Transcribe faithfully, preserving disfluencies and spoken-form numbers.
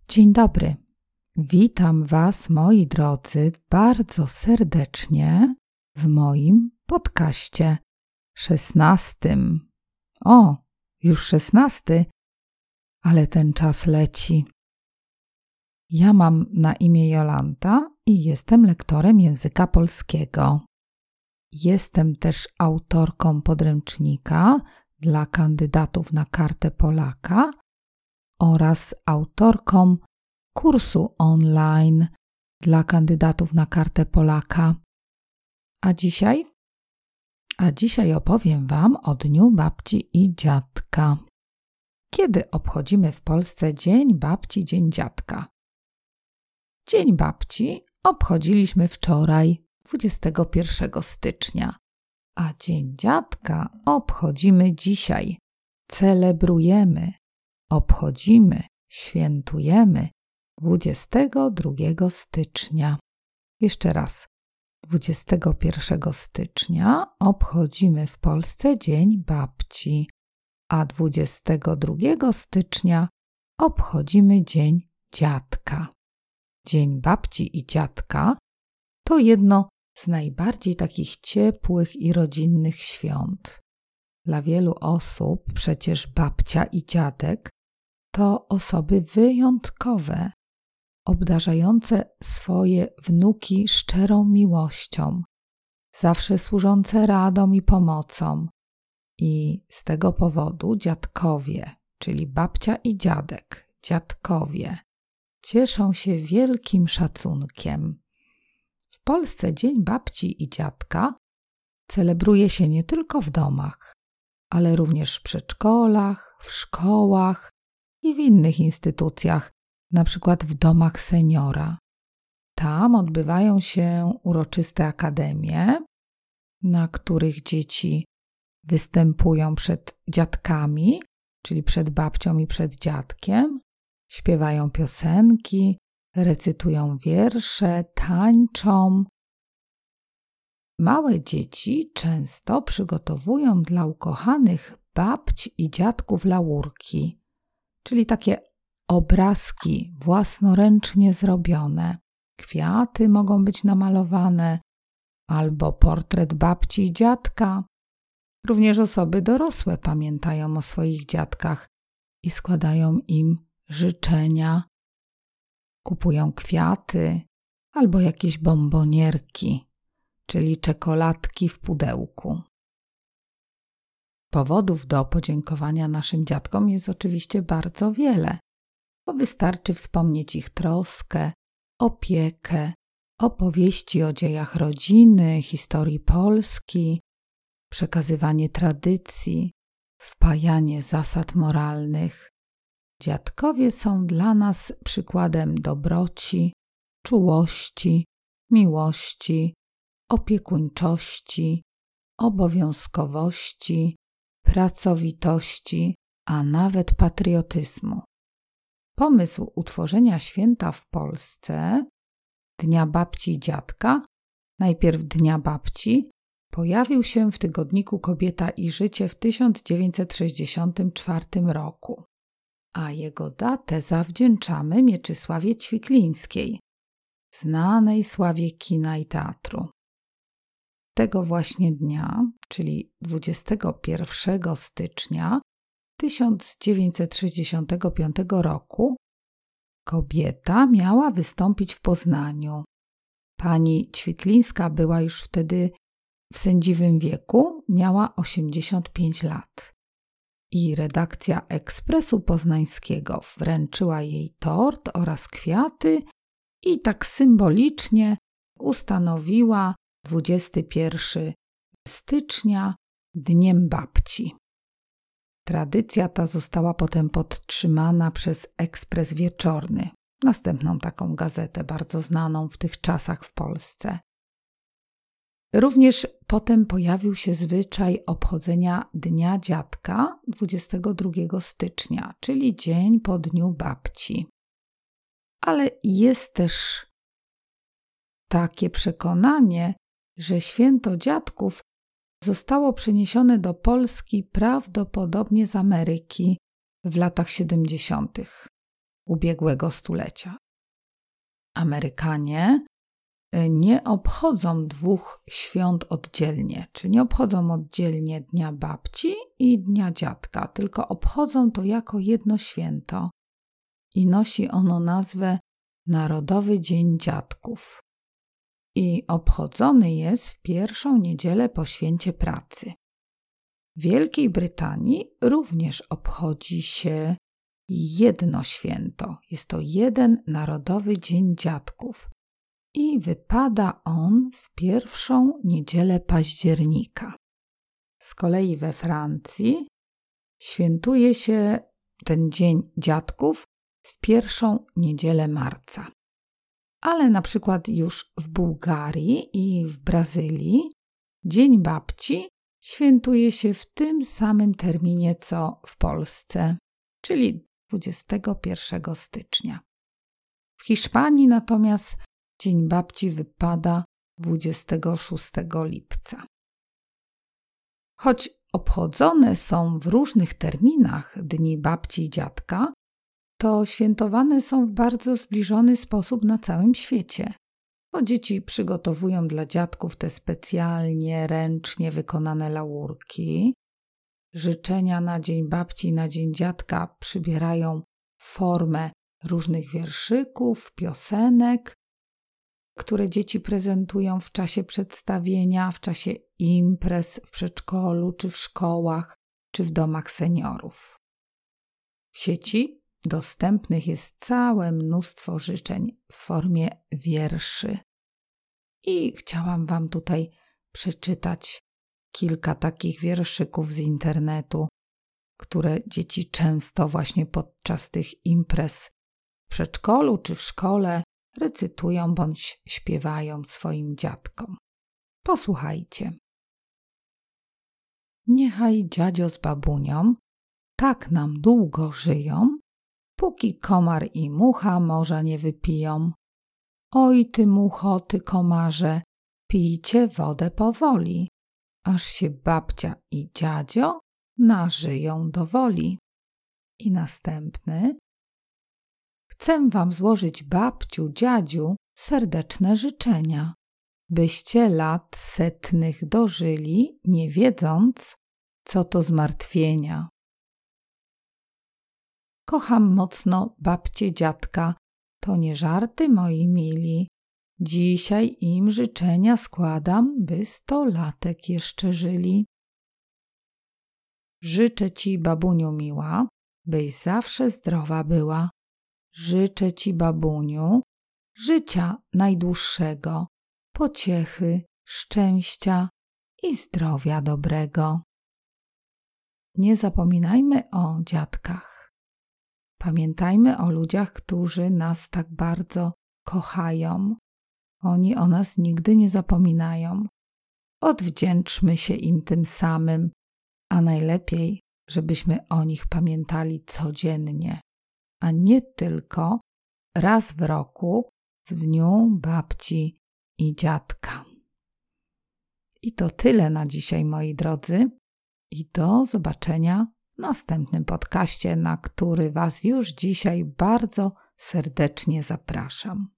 Dzień dobry. Witam Was, moi drodzy, bardzo serdecznie w moim podcaście szesnastym. O, już szesnasty, ale ten czas leci. Ja mam na imię Jolanta i jestem lektorem języka polskiego. Jestem też autorką podręcznika dla kandydatów na Kartę Polaka oraz autorką kursu online dla kandydatów na Kartę Polaka. A dzisiaj? A dzisiaj opowiem Wam o Dniu Babci i Dziadka. Kiedy obchodzimy w Polsce Dzień Babci, Dzień Dziadka? Dzień Babci obchodziliśmy wczoraj, dwudziestego pierwszego stycznia, a Dzień Dziadka obchodzimy dzisiaj. Celebrujemy, obchodzimy, świętujemy dwudziestego drugiego stycznia. Jeszcze raz. dwudziestego pierwszego stycznia obchodzimy w Polsce Dzień Babci, a dwudziestego drugiego stycznia obchodzimy Dzień Dziadka. Dzień Babci i Dziadka to jedno z najbardziej takich ciepłych i rodzinnych świąt. Dla wielu osób przecież babcia i dziadek to osoby wyjątkowe, obdarzające swoje wnuki szczerą miłością, zawsze służące radą i pomocą. I z tego powodu dziadkowie, czyli babcia i dziadek, dziadkowie, cieszą się wielkim szacunkiem. W Polsce Dzień Babci i Dziadka celebruje się nie tylko w domach, ale również w przedszkolach, w szkołach i w innych instytucjach, na przykład w domach seniora. Tam odbywają się uroczyste akademie, na których dzieci występują przed dziadkami, czyli przed babcią i przed dziadkiem, śpiewają piosenki, recytują wiersze, tańczą. Małe dzieci często przygotowują dla ukochanych babć i dziadków laurki, czyli takie obrazki własnoręcznie zrobione. Kwiaty mogą być namalowane albo portret babci i dziadka. Również osoby dorosłe pamiętają o swoich dziadkach i składają im życzenia. Kupują kwiaty albo jakieś bombonierki, czyli czekoladki w pudełku. Powodów do podziękowania naszym dziadkom jest oczywiście bardzo wiele, bo wystarczy wspomnieć ich troskę, opiekę, opowieści o dziejach rodziny, historii Polski, przekazywanie tradycji, wpajanie zasad moralnych. Dziadkowie są dla nas przykładem dobroci, czułości, miłości, opiekuńczości, obowiązkowości, pracowitości, a nawet patriotyzmu. Pomysł utworzenia święta w Polsce, Dnia Babci i Dziadka, najpierw Dnia Babci, pojawił się w tygodniku Kobieta i Życie w tysiąc dziewięćset sześćdziesiątym czwartym roku, a jego datę zawdzięczamy Mieczysławie Ćwiklińskiej, znanej sławie kina i teatru. Tego właśnie dnia, czyli dwudziestego pierwszego stycznia tysiąc dziewięćset sześćdziesiątego piątego roku, kobieta miała wystąpić w Poznaniu. Pani Ćwiklińska była już wtedy w sędziwym wieku, miała osiemdziesiąt pięć lat. I redakcja Ekspresu Poznańskiego wręczyła jej tort oraz kwiaty i tak symbolicznie ustanowiła dwudziestego pierwszego stycznia Dniem Babci. Tradycja ta została potem podtrzymana przez Ekspres Wieczorny, następną taką gazetę bardzo znaną w tych czasach w Polsce. Również potem pojawił się zwyczaj obchodzenia Dnia Dziadka dwudziestego drugiego stycznia, czyli dzień po Dniu Babci. Ale jest też takie przekonanie, że święto dziadków zostało przeniesione do Polski prawdopodobnie z Ameryki w latach siedemdziesiątych. ubiegłego stulecia. Amerykanie nie obchodzą dwóch świąt oddzielnie, czyli nie obchodzą oddzielnie Dnia Babci i Dnia Dziadka, tylko obchodzą to jako jedno święto i nosi ono nazwę Narodowy Dzień Dziadków i obchodzony jest w pierwszą niedzielę po Święcie Pracy. W Wielkiej Brytanii również obchodzi się jedno święto. Jest to jeden Narodowy Dzień Dziadków i wypada on w pierwszą niedzielę października. Z kolei we Francji świętuje się ten Dzień Dziadków w pierwszą niedzielę marca. Ale na przykład już w Bułgarii i w Brazylii Dzień Babci świętuje się w tym samym terminie co w Polsce, czyli dwudziestego pierwszego stycznia. W Hiszpanii natomiast Dzień Babci wypada dwudziestego szóstego lipca. Choć obchodzone są w różnych terminach Dni Babci i Dziadka, to świętowane są w bardzo zbliżony sposób na całym świecie. Bo dzieci przygotowują dla dziadków te specjalnie, ręcznie wykonane laurki. Życzenia na Dzień Babci i na Dzień Dziadka przybierają formę różnych wierszyków, piosenek, które dzieci prezentują w czasie przedstawienia, w czasie imprez w przedszkolu, czy w szkołach, czy w domach seniorów. W sieci dostępnych jest całe mnóstwo życzeń w formie wierszy. I chciałam Wam tutaj przeczytać kilka takich wierszyków z internetu, które dzieci często właśnie podczas tych imprez w przedszkolu czy w szkole recytują bądź śpiewają swoim dziadkom. Posłuchajcie. Niechaj dziadzio z babunią tak nam długo żyją, póki komar i mucha morza nie wypiją. Oj ty mucho, ty komarze, pijcie wodę powoli, aż się babcia i dziadzio nażyją do woli. I następny. Chcę wam złożyć, babciu, dziadziu, serdeczne życzenia, byście lat setnych dożyli, nie wiedząc, co to zmartwienia. Kocham mocno babcię, dziadka, to nie żarty, moi mili. Dzisiaj im życzenia składam, by sto latek jeszcze żyli. Życzę ci, babuniu miła, byś zawsze zdrowa była. Życzę ci, babuniu, życia najdłuższego, pociechy, szczęścia i zdrowia dobrego. Nie zapominajmy o dziadkach. Pamiętajmy o ludziach, którzy nas tak bardzo kochają. Oni o nas nigdy nie zapominają. Odwdzięczmy się im tym samym, a najlepiej, żebyśmy o nich pamiętali codziennie, a nie tylko raz w roku w dniu babci i dziadka. I to tyle na dzisiaj, moi drodzy, i do zobaczenia w następnym podcaście, na który Was już dzisiaj bardzo serdecznie zapraszam.